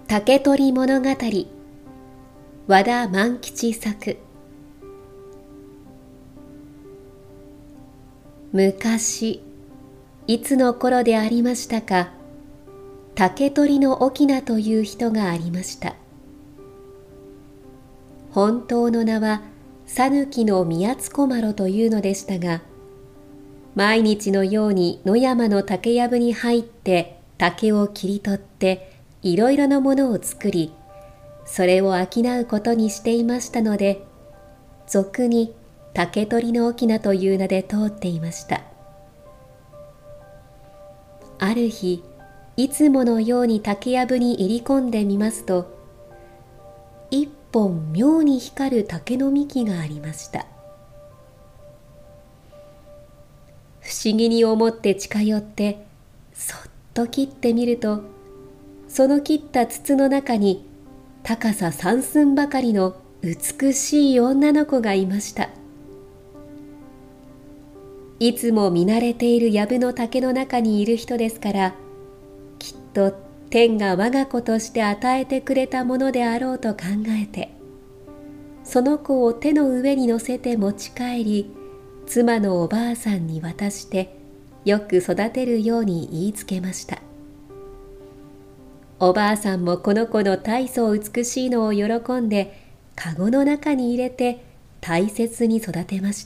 竹取物語、和田万吉作。昔、いつの頃でありましたか、竹取の翁という人がありました。本当の名は讃岐の宮津小麻呂というのでしたが、毎日のように野山の竹やぶに入って竹を切り取っていろいろなものを作り、それを商うことにしていましたので、俗に竹取の翁という名で通っていました。ある日、いつものように竹やぶに入り込んでみますと、一本妙に光る竹の幹がありました。不思議に思って近寄ってそっと切ってみると、その切った筒の中に高さ3寸ばかりの美しい女の子がいました。いつも見慣れている藪の竹の中にいる人ですから、きっと天が我が子として与えてくれたものであろうと考えて、その子を手の上に乗せて持ち帰り、妻のおばあさんに渡してよく育てるように言いつけました。おばあさんもこの子の大層美しいのを喜んで、かごの中に入れて大切に育てました。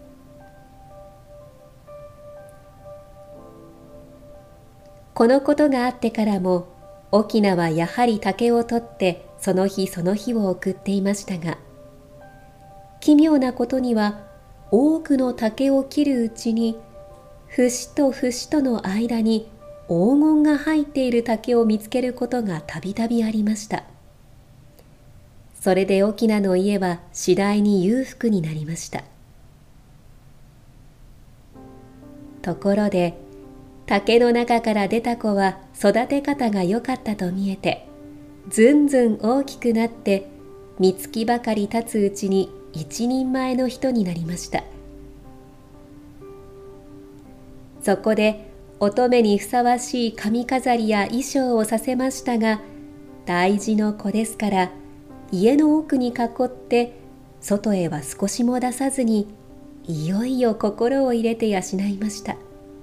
このことがあってからも、翁はやはり竹を取ってその日その日を送っていましたが、奇妙なことには多くの竹を切るうちに、節と節との間に黄金が入っている竹を見つけることがたびたびありました。それで翁の家は次第に裕福になりました。ところで、竹の中から出た子は育て方が良かったと見えて、ずんずん大きくなって三月ばかり経つうちに一人前の人になりました。そこで乙女にふさわしい髪飾りや衣装をさせましたが、大事の子ですから家の奥に囲って外へは少しも出さずに、いよいよ心を入れて養いました。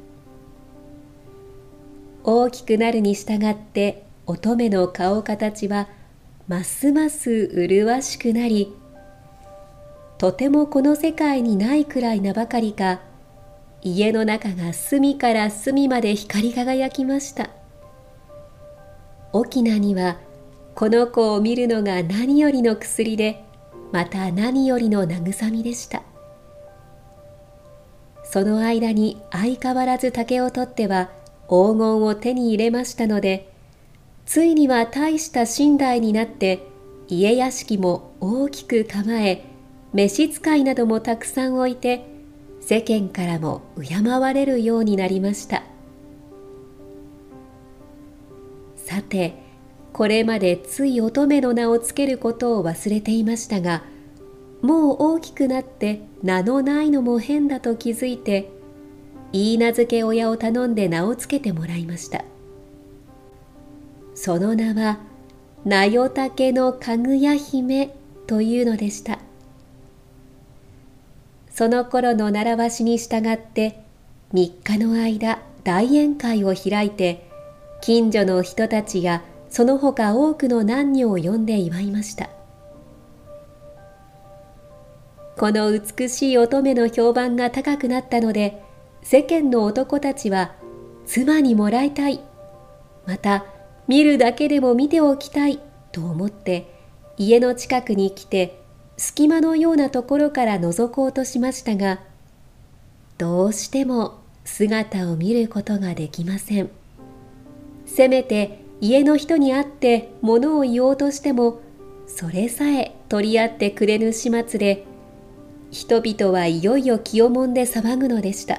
大きくなるに従って乙女の顔形はますます麗しくなり、とてもこの世界にないくらいなばかりか、家の中が隅から隅まで光り輝きました。翁にはこの子を見るのが何よりの薬で、また何よりの慰みでした。その間に相変わらず竹を取っては黄金を手に入れましたので、ついには大した身代になって、家屋敷も大きく構え、召使いなどもたくさん置いて、世間からも敬われるようになりました。さて、これまでつい乙女の名をつけることを忘れていましたが、もう大きくなって名のないのも変だと気づいて、いい名付け親を頼んで名をつけてもらいました。その名はなよ竹のかぐや姫というのでした。その頃の習わしに従って3日の間大宴会を開いて、近所の人たちやその他多くの男女を呼んで祝いました。この美しい乙女の評判が高くなったので、世間の男たちは妻にもらいたい、また見るだけでも見ておきたいと思って家の近くに来て、隙間のようなところから覗こうとしましたが、どうしても姿を見ることができません。せめて家の人に会って物を言おうとしても、それさえ取り合ってくれぬ始末で、人々はいよいよ気をもんで騒ぐのでした。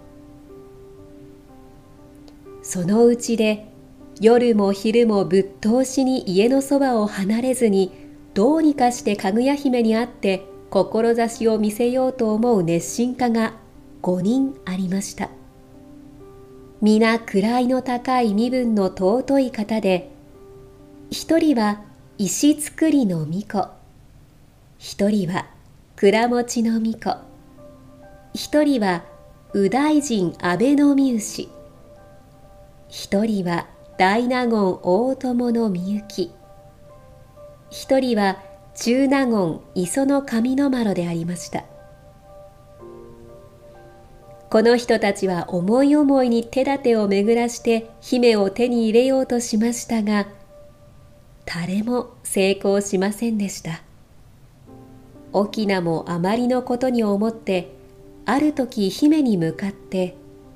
そのうちで夜も昼もぶっ通しに家のそばを離れずに、どうにかしてかぐや姫に会って志を見せようと思う熱心家が5人ありました。皆位の高い身分の尊い方で、 一人は石造りの巫女、一人は倉持の巫女、一人は右大臣安倍の三牛、一人は大納言大友のみゆき、一人は中納言磯の上の丸でありました。この人たちは思い思いに手立てを巡らして姫を手に入れようとしましたが、誰も成功しませんでした。翁もあまりのことに思って、ある時姫に向かって、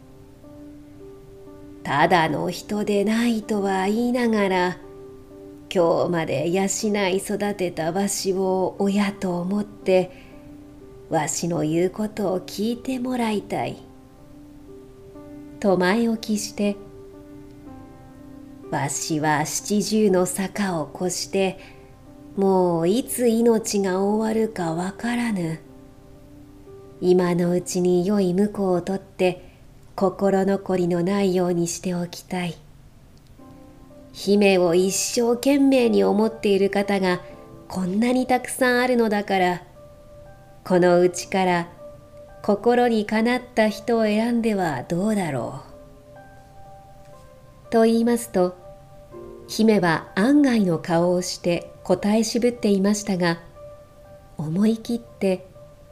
ただの人でないとは言いながら、今日まで養い育てたわしを親と思って、わしの言うことを聞いてもらいたい。と前置きして、わしは70の坂を越して、もういつ命が終わるかわからぬ。今のうちに良い婿を取って、心残りのないようにしておきたい。姫を一生懸命に思っている方がこんなにたくさんあるのだから、このうちから心にかなった人を選んではどうだろう。と言いますと、姫は案外の顔をして答え渋っていましたが、思い切って、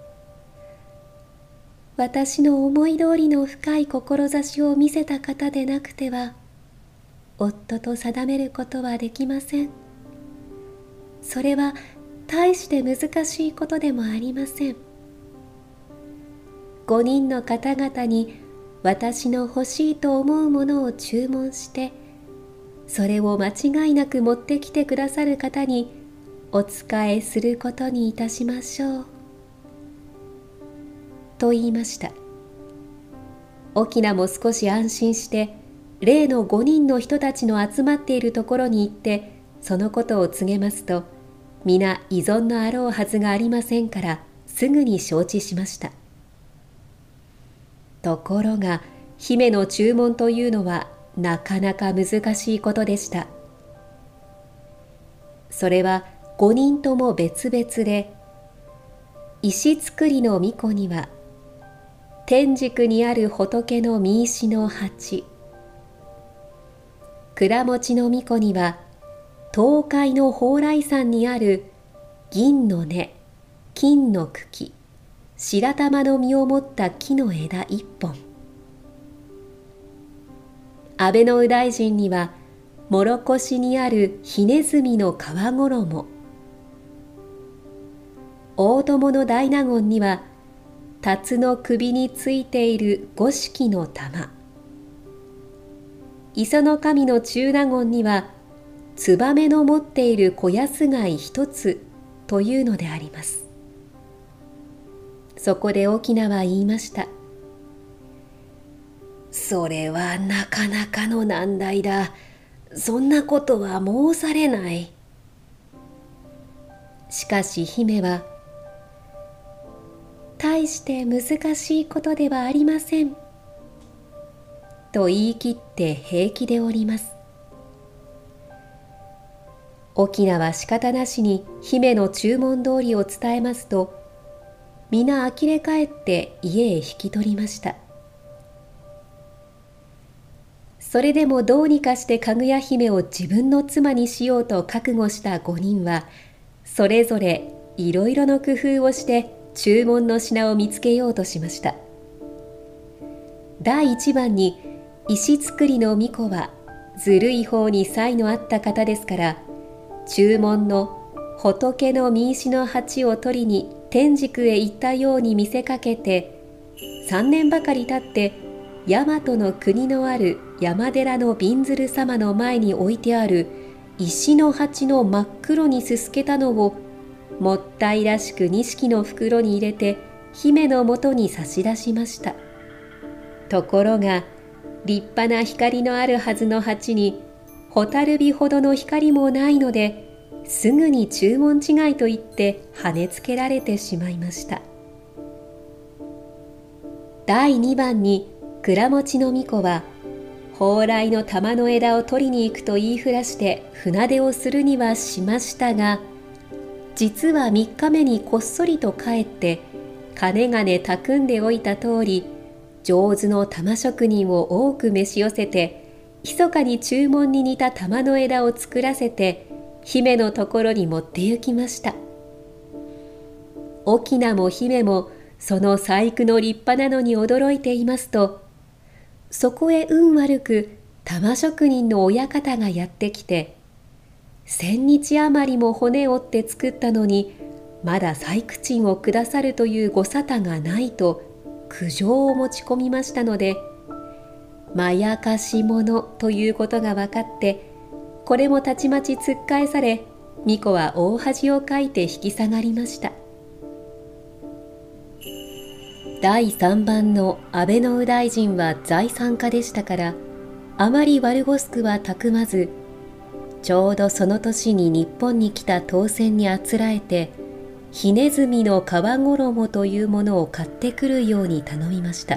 私の思い通りの深い志を見せた方でなくては、夫と定めることはできません。それは大して難しいことでもありません。5人の方々に私の欲しいと思うものを注文して、それを間違いなく持ってきてくださる方にお仕えすることにいたしましょう。と言いました。翁も少し安心して、例の5人の人たちの集まっているところに行って、そのことを告げますと、皆依存のあろうはずがありませんから、すぐに承知しました。ところが、姫の注文というのは、なかなか難しいことでした。それは5人とも別々で、石造りの巫女には、天竺にある仏の見石の鉢、倉持の巫女には東海の蓬莱山にある銀の根、金の茎、白玉の実を持った木の枝一本、安倍の右大臣には諸越にあるひねずみの皮衣、大友の大納言には辰の首についている五色の玉、磯の神の中納言には燕の持っている小安貝一つというのであります。そこで翁は言いました。それはなかなかの難題だ。そんなことは申されない。しかし姫は、大して難しいことではありません。と言い切って平気でおります。翁は仕方なしに姫の注文通りを伝えますと、皆呆れ返って家へ引き取りました。それでもどうにかしてかぐや姫を自分の妻にしようと覚悟した5人は、それぞれいろいろの工夫をして注文の品を見つけようとしました。第一番に、石造りの巫女はずるい方に才のあった方ですから、注文の仏の見石の鉢を取りに天竺へ行ったように見せかけて、3年ばかり経って大和の国のある山寺のびんずる様の前に置いてある石の鉢の真っ黒にすすけたのをもったいらしく錦の袋に入れて姫のもとに差し出しました。ところが立派な光のあるはずの鉢に蛍火ほどの光もないので、すぐに注文違いと言って跳ねつけられてしまいました。第2番に倉持の巫女は蓬莱の玉の枝を取りに行くと言いふらして船出をするにはしましたが、実は3日目にこっそりと帰ってかねがね匠んでおいた通り、上手の玉職人を多く召し寄せて、密かに注文に似た玉の枝を作らせて姫のところに持って行きました。翁も姫もその細工の立派なのに驚いていますと、そこへ運悪く玉職人の親方がやってきて、千日余りも骨折って作ったのにまだ細工賃をくださるというご沙汰がないと苦情を持ち込みましたので、まやかし者ということが分かって、これもたちまち突っ返され、巫女は大恥をかいて引き下がりました。第3番の安倍の右大臣は財産家でしたから、あまり悪ごすくはたくまず、ちょうどその年に日本に来た当選にあつらえて、ひねずみの皮衣というものを買ってくるように頼みました。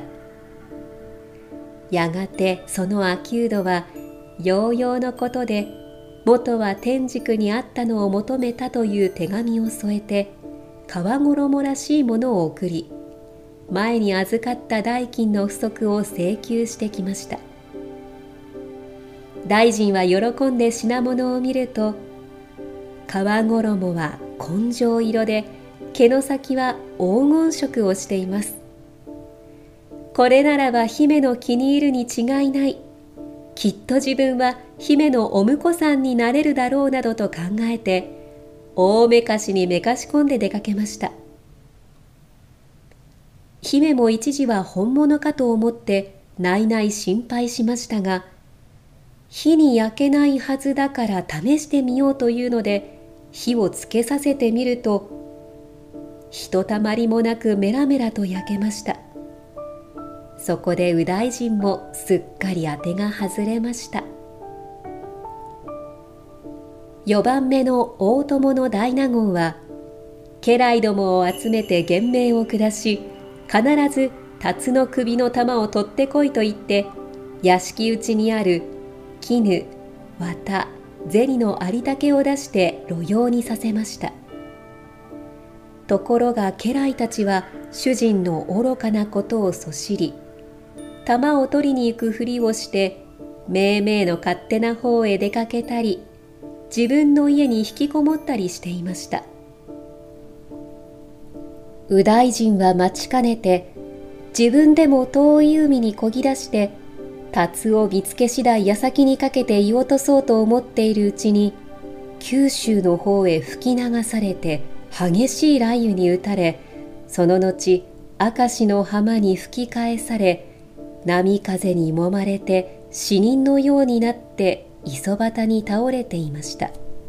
やがてその秋人はようようのことで、元は天竺にあったのを求めたという手紙を添えて、皮衣らしいものを送り、前に預かった代金の不足を請求してきました。大臣は喜んで品物を見ると、皮衣は紺青色で、毛の先は黄金色をしています。これならば姫の気に入るに違いない。きっと自分は姫のお婿さんになれるだろうなどと考えて、大めかしにめかし込んで出かけました。姫も一時は本物かと思ってないない心配しましたが、火に焼けないはずだから試してみようというので火をつけさせてみると、ひとたまりもなくメラメラと焼けました。そこで右大臣もすっかり当てが外れました。4番目の大友の大納言は、家来どもを集めて厳命を下し、必ず辰の首の玉を取ってこいと言って、屋敷内にある絹、綿、銭の有り竹を出して路用にさせました。ところが家来たちは主人の愚かなことをそしり、玉を取りに行くふりをして、めいめいの勝手な方へ出かけたり、自分の家に引きこもったりしていました。右大臣は待ちかねて、自分でも遠い海にこぎ出して、辰を見つけ次第矢先にかけて言い落とそうと思っているうちに、九州の方へ吹き流されて激しい雷雨に打たれ、その後明石の浜に吹き返され、波風に揉まれて死人のようになって磯端に倒れていました。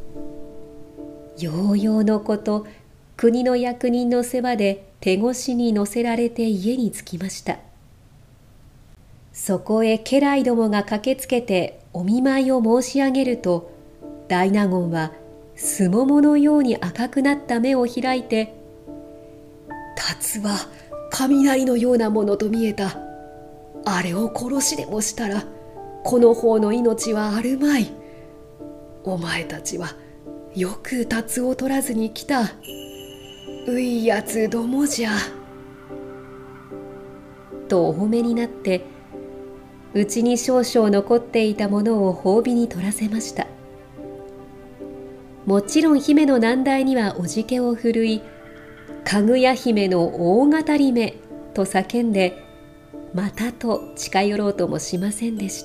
ようようのこと、国の役人の世話で手越しに乗せられて家に着きました。そこへ家来どもが駆けつけてお見舞いを申し上げると、大納言はすもものように赤くなった目を開いて、辰は雷のようなものと見えた。あれを殺しでもしたら、この方の命はあるまい。お前たちはよく辰を取らずに来た。ういやつどもじゃ。とお褒めになって、うちに少々残っていたものを褒美に取らせました。もちろん姫の難題にはおじけを振るい、かぐや姫の大語り目と叫んで、またと近寄ろうともしませんでした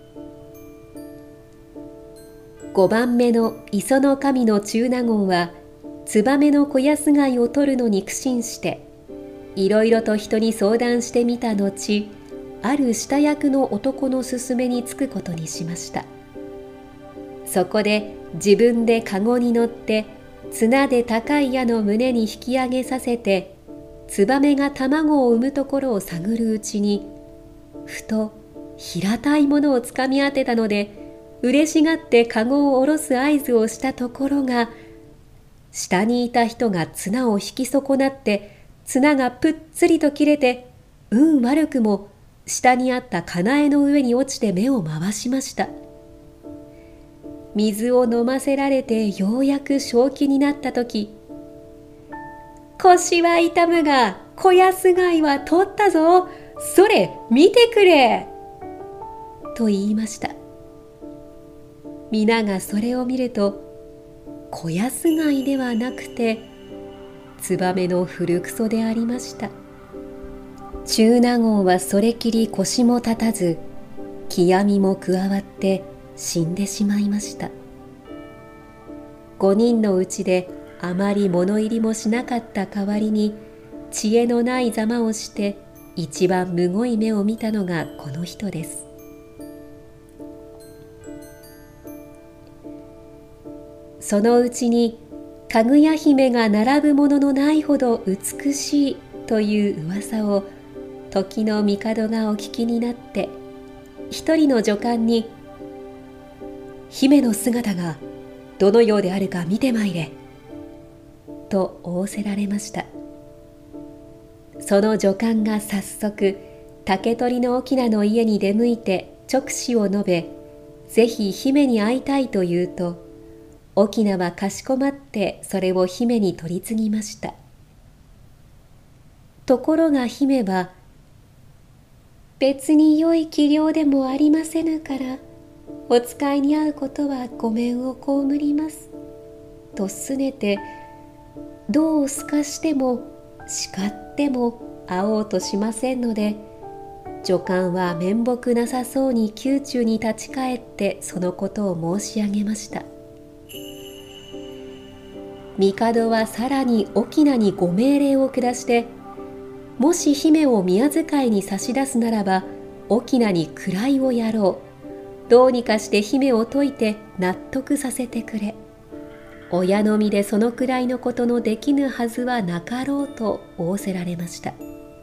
。5番目の磯の神の中納言は、ツバメの子安貝を取るのに苦心して、いろいろと人に相談してみた後、ある下役の男の勧めにつくことにしました。そこで自分でかごに乗って、綱で高い矢の胸に引き上げさせて、ツバメが卵を産むところを探るうちに、ふと平たいものをつかみ当てたので、嬉しがってかごを下ろす合図をしたところが、下にいた人が綱を引き損なって、綱がぷっつりと切れて、運悪くも下にあったかなえの上に落ちて目を回しました。水を飲ませられてようやく正気になったとき、腰は痛むが子安貝は取ったぞ、それ見てくれと言いました。皆がそれを見ると、子安貝ではなくてツバメの古草でありました。中納言はそれきり腰も立たず、気病も加わって死んでしまいました。5人のうちであまり物入りもしなかった代わりに、知恵のないざまをして一番むごい目を見たのがこの人です。そのうちにかぐや姫が並ぶもののないほど美しいという噂を時の帝がお聞きになって、一人の女官に「姫の姿がどのようであるか見てまいれ」と仰せられました。その女官が早速竹取の翁の家に出向いて勅使を述べ、ぜひ姫に会いたいと言うと、翁はかしこまってそれを姫に取り次ぎました。ところが姫は、別に良い器量でもありませぬから、お使いに会うことはご免を被ります。とすねて、どうすかしても叱っても会おうとしませんので、女官は面目なさそうに宮中に立ち返ってそのことを申し上げました。帝はさらに翁にご命令を下して、もし姫を宮遣いに差し出すならば翁に位をやろう、どうにかして姫を説いて納得させてくれ、親の身でそのくらいのことのできぬはずはなかろうと仰せられました。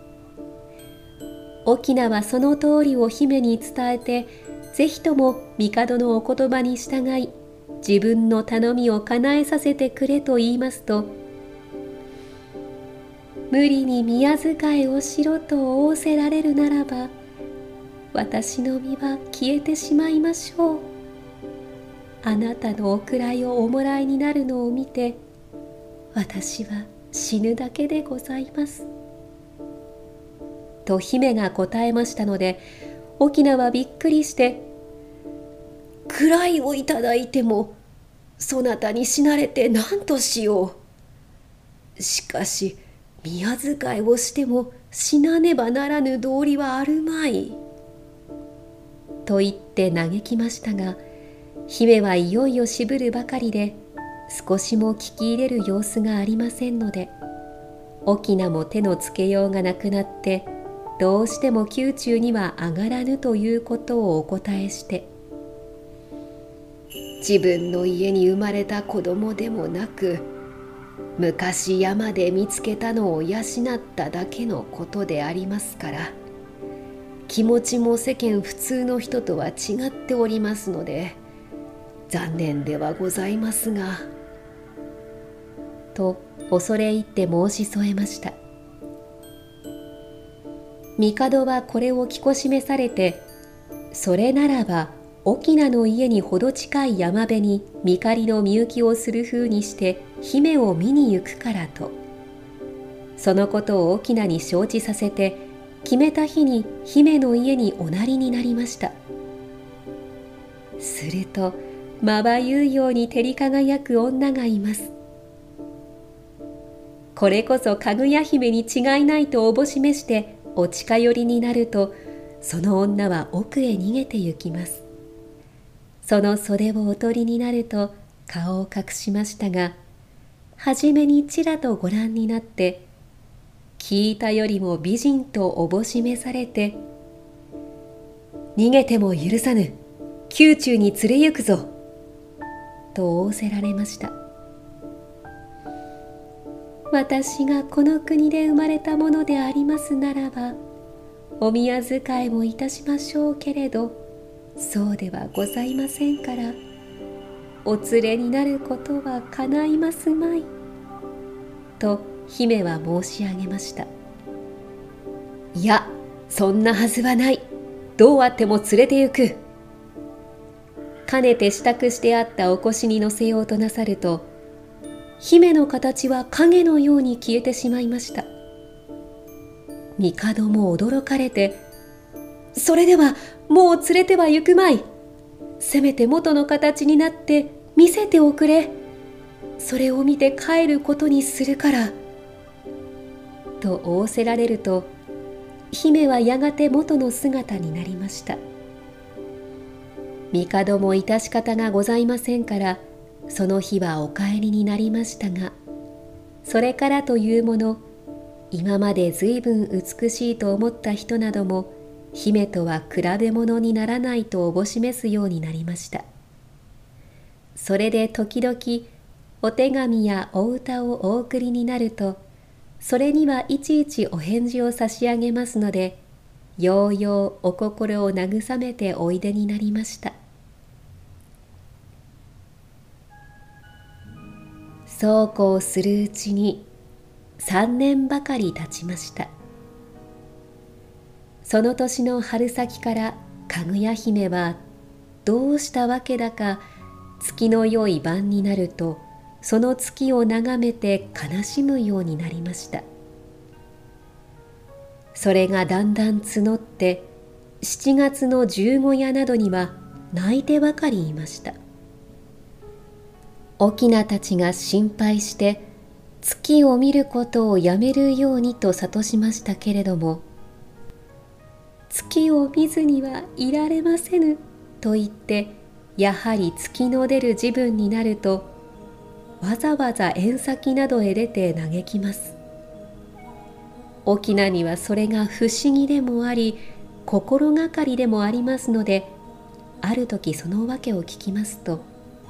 翁はその通りを姫に伝えて、ぜひとも帝のお言葉に従い自分の頼みを叶えさせてくれと言いますと、無理に宮遣いをしろと仰せられるならば、私の身は消えてしまいましょう。あなたのお位をおもらいになるのを見て、私は死ぬだけでございます。と姫が答えましたので、翁はびっくりして、位をいただいてもそなたに死なれて何としよう。しかし宮遣いをしても死なねばならぬ道理はあるまい。と言って嘆きましたが、姫はいよいよ渋るばかりで、少しも聞き入れる様子がありませんので、翁も手のつけようがなくなって、どうしても宮中には上がらぬということをお答えして、自分の家に生まれた子供でもなく、昔山で見つけたのを養っただけのことでありますから、気持ちも世間普通の人とは違っておりますので、残念ではございますが、と恐れ入って申し添えました。帝はこれを聞こしめされて、それならば翁の家にほど近い山辺に見狩りの身請きをするふうにして姫を見に行くからと、そのことを翁に承知させて、決めた日に姫の家におなりになりました。するとまばゆいように照り輝く女がいます。これこそかぐや姫に違いないとおぼしめしてお近寄りになると、その女は奥へ逃げて行きます。その袖をお取りになると顔を隠しましたが、はじめにちらとご覧になって、聞いたよりも美人とおぼしめされて、逃げても許さぬ、宮中に連れ行くぞと仰せられました。私がこの国で生まれたものでありますならば、お宮遣いもいたしましょうけれど、そうではございませんから、お連れになることはかないますまい。と姫は申し上げました。いや、 そんなはずはない。どうあっても連れて行く。かねて支度してあったお腰に乗せようとなさると、姫の形は影のように消えてしまいました。帝も驚かれて、それではもう連れては行くまい。せめて元の形になって見せておくれ。それを見て帰ることにするから。と仰せられると、姫はやがて元の姿になりました。帝も致し方がございませんから、その日はお帰りになりましたが、それからというもの、今までずいぶん美しいと思った人なども、姫とは比べ物にならないとおぼしめすようになりました。それで時々、お手紙やお歌をお送りになると、それにはいちいちお返事を差し上げますので、ようようお心を慰めておいでになりました。そうこうするうちに3年ばかり経ちました。その年の春先からかぐや姫はどうしたわけだか、月の良い晩になるとその月を眺めて悲しむようになりました。それがだんだん募って、7月の十五夜などには泣いてばかりいました。翁たちが心配して月を見ることをやめるようにと諭しましたけれども、月を見ずにはいられませぬと言って、やはり月の出る時分になると、わざわざ縁先などへ出て嘆きます。翁にはそれが不思議でもあり、心がかりでもありますので、ある時その訳を聞きますと、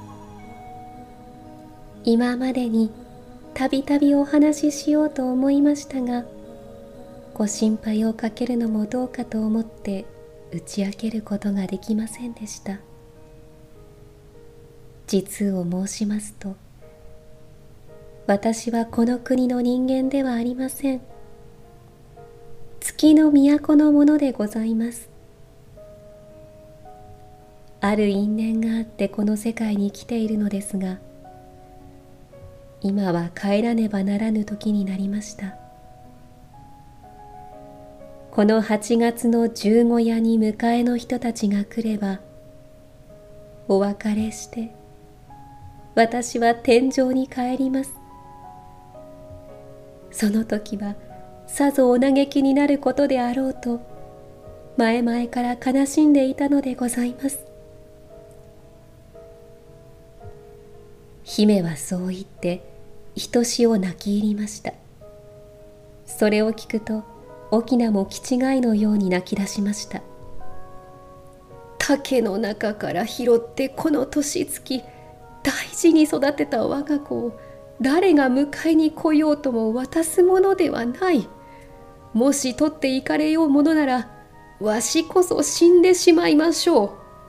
今までにたびたびお話ししようと思いましたが、ご心配をかけるのもどうかと思って打ち明けることができませんでした。実を申しますと、私はこの国の人間ではありません。月の都のものでございます。ある因縁があってこの世界に来ているのですが、今は帰らねばならぬ時になりました。この8月の十五夜に迎えの人たちが来れば、お別れして私は天上に帰ります。その時はさぞお嘆きになることであろうと、前々から悲しんでいたのでございます。姫はそう言ってひとしお泣き入りました。それを聞くと、翁も気違いのように泣き出しました。竹の中から拾ってこの年月、大事に育てた我が子を誰が迎えに来ようとも渡すものではない。もし取って行かれようものなら、わしこそ死んでしまいましょう。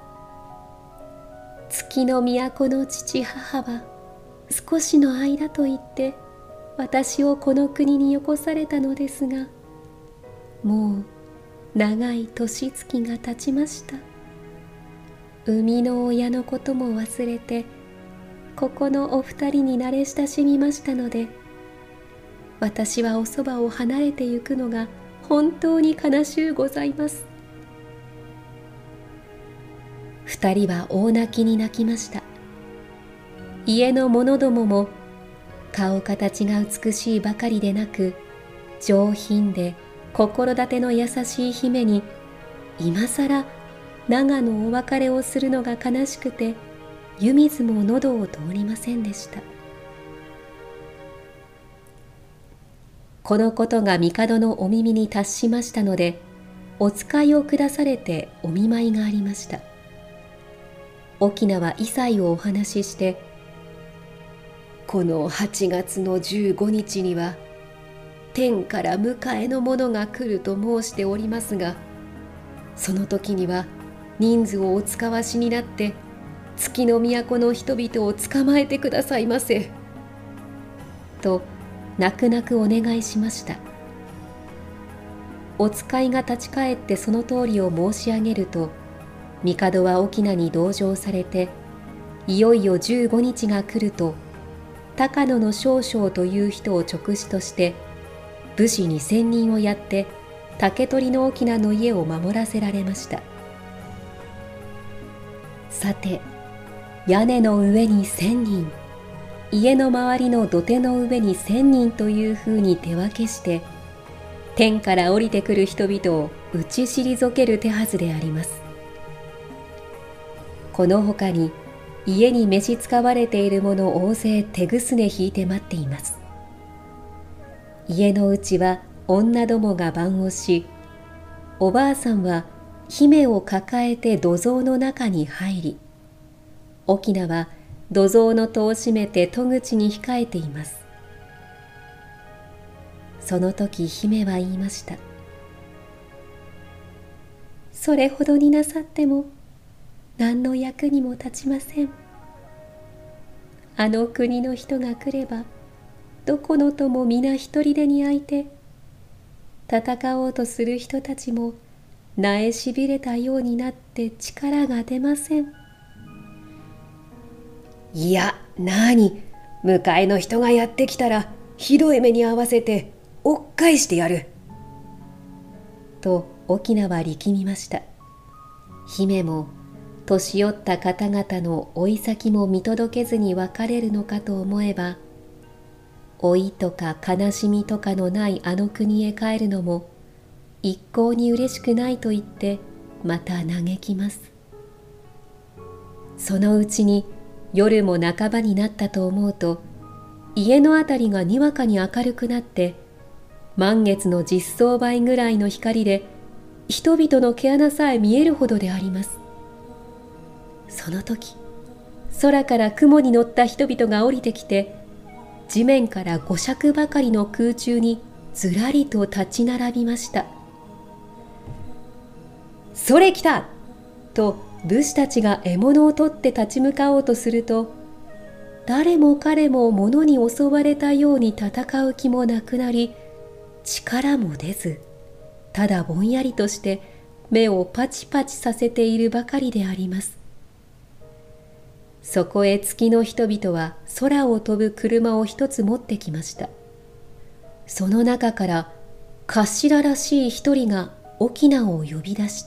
月の都の父母は少しの間と言って私をこの国によこされたのですが、もう長い年月が経ちました。生みの親のことも忘れて、ここのお二人に慣れ親しみましたので、私はおそばを離れてゆくのが本当に悲しゅうございます。二人は大泣きに泣きました。家の者どもも顔形が美しいばかりでなく、上品で心立ての優しい姫に今さら長のお別れをするのが悲しくて、湯水も喉を通りませんでした。このことが帝のお耳に達しましたので、お使いを下されてお見舞いがありました。翁は異彩をお話しして、この8月の15日には天から迎えの者が来ると申しておりますが、その時には人数をお使わしになって月の都の人々を捕まえてくださいませ。と泣く泣くお願いしました。 お使いが立ち返ってその通りを申し上げると、帝は翁に同情されて、いよいよ15日が来ると、高野の少将という人を直使として武士2000人をやって竹取の翁の家を守らせられました。さて、屋根の上に1000人、家の周りの土手の上に1000人というふうに手分けして、天から降りてくる人々を打ち退ける手はずであります。このほかに、家に召し使われている者大勢手ぐすね引いて待っています。家のうちは女どもが番をし、おばあさんは姫を抱えて土蔵の中に入り、翁は土蔵の戸を閉めて戸口に控えています。その時姫は言いました。それほどになさっても何の役にも立ちません。あの国の人が来れば、どこのとも皆一人でにあいて、戦おうとする人たちもなえしびれたようになって力が出ません。 いや、なに、迎えの人がやってきたらひどい目に遭わせておっかえしてやる。 と翁は力みました。姫も年寄った方々の追い先も見届けずに別れるのかと思えば、老いとか悲しみとかのないあの国へ帰るのも一向に嬉しくないと言ってまた嘆きます。そのうちに夜も半ばになったと思うと、家のあたりがにわかに明るくなって、満月の実相倍ぐらいの光で人々の毛穴さえ見えるほどであります。その時、空から雲に乗った人々が降りてきて、地面から5尺ばかりの空中にずらりと立ち並びました。それ来たと武士たちが獲物を取って立ち向かおうとすると、誰も彼も物に襲われたように戦う気もなくなり、力も出ず、ただぼんやりとして目をパチパチさせているばかりであります。そこへ月の人々は空を飛ぶ車を一つ持ってきました。その中から頭らしい一人が翁を呼び出して、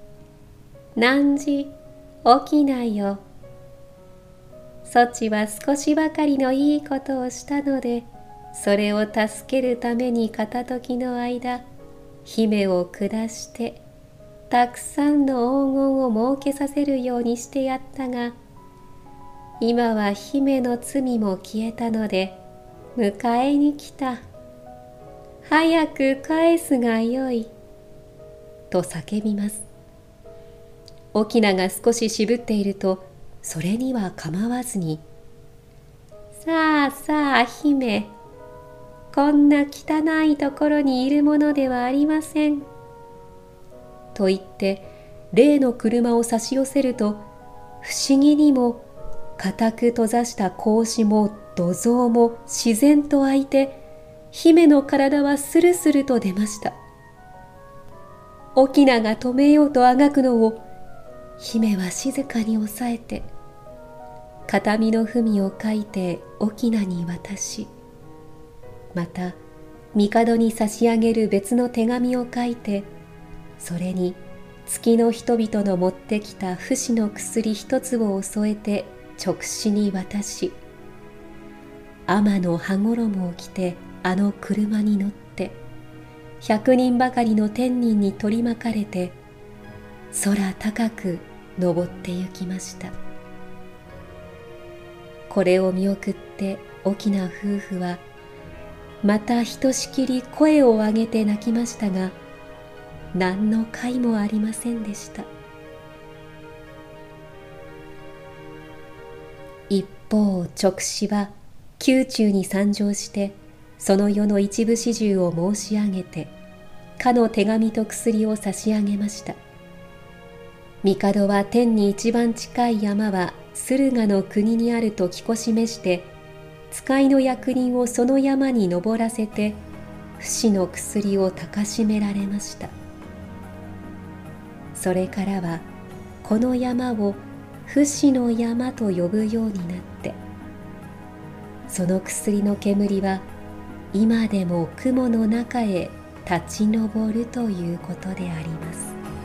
汝、翁よ。そちは少しばかりのいいことをしたので、それを助けるために片時の間、姫を下して、たくさんの黄金を設けさせるようにしてやったが、今は姫の罪も消えたので、迎えに来た。早く返すがよい。と叫びます。翁が少し渋っていると、それには構わずに、さあさあ姫、こんな汚いところにいるものではありません。と言って、例の車を差し寄せると、不思議にも、固く閉ざした格子も土蔵も自然と開いて、姫の体はスルスルと出ました。翁が止めようとあがくのを、姫は静かに抑えて、形見の文を書いて翁に渡し、また帝に差し上げる別の手紙を書いて、それに月の人々の持ってきた不死の薬一つを添えて勅使に渡し、天の羽衣を着てあの車に乗って、100人ばかりの天人に取り巻かれて、空高く登って行きました。これを見送って翁夫婦は、またひとしきり声を上げて泣きましたが、何の甲斐もありませんでした。一方、勅使は宮中に参上して、その世の一部始終を申し上げて、かの手紙と薬を差し上げました。帝は天に一番近い山は駿河の国にあると聞こ示して、使いの役人をその山に登らせて、 不死の薬を高しめられました。それからはこの山を不死の山と呼ぶようになって、その薬の煙は今でも雲の中へ立ち上るということであります。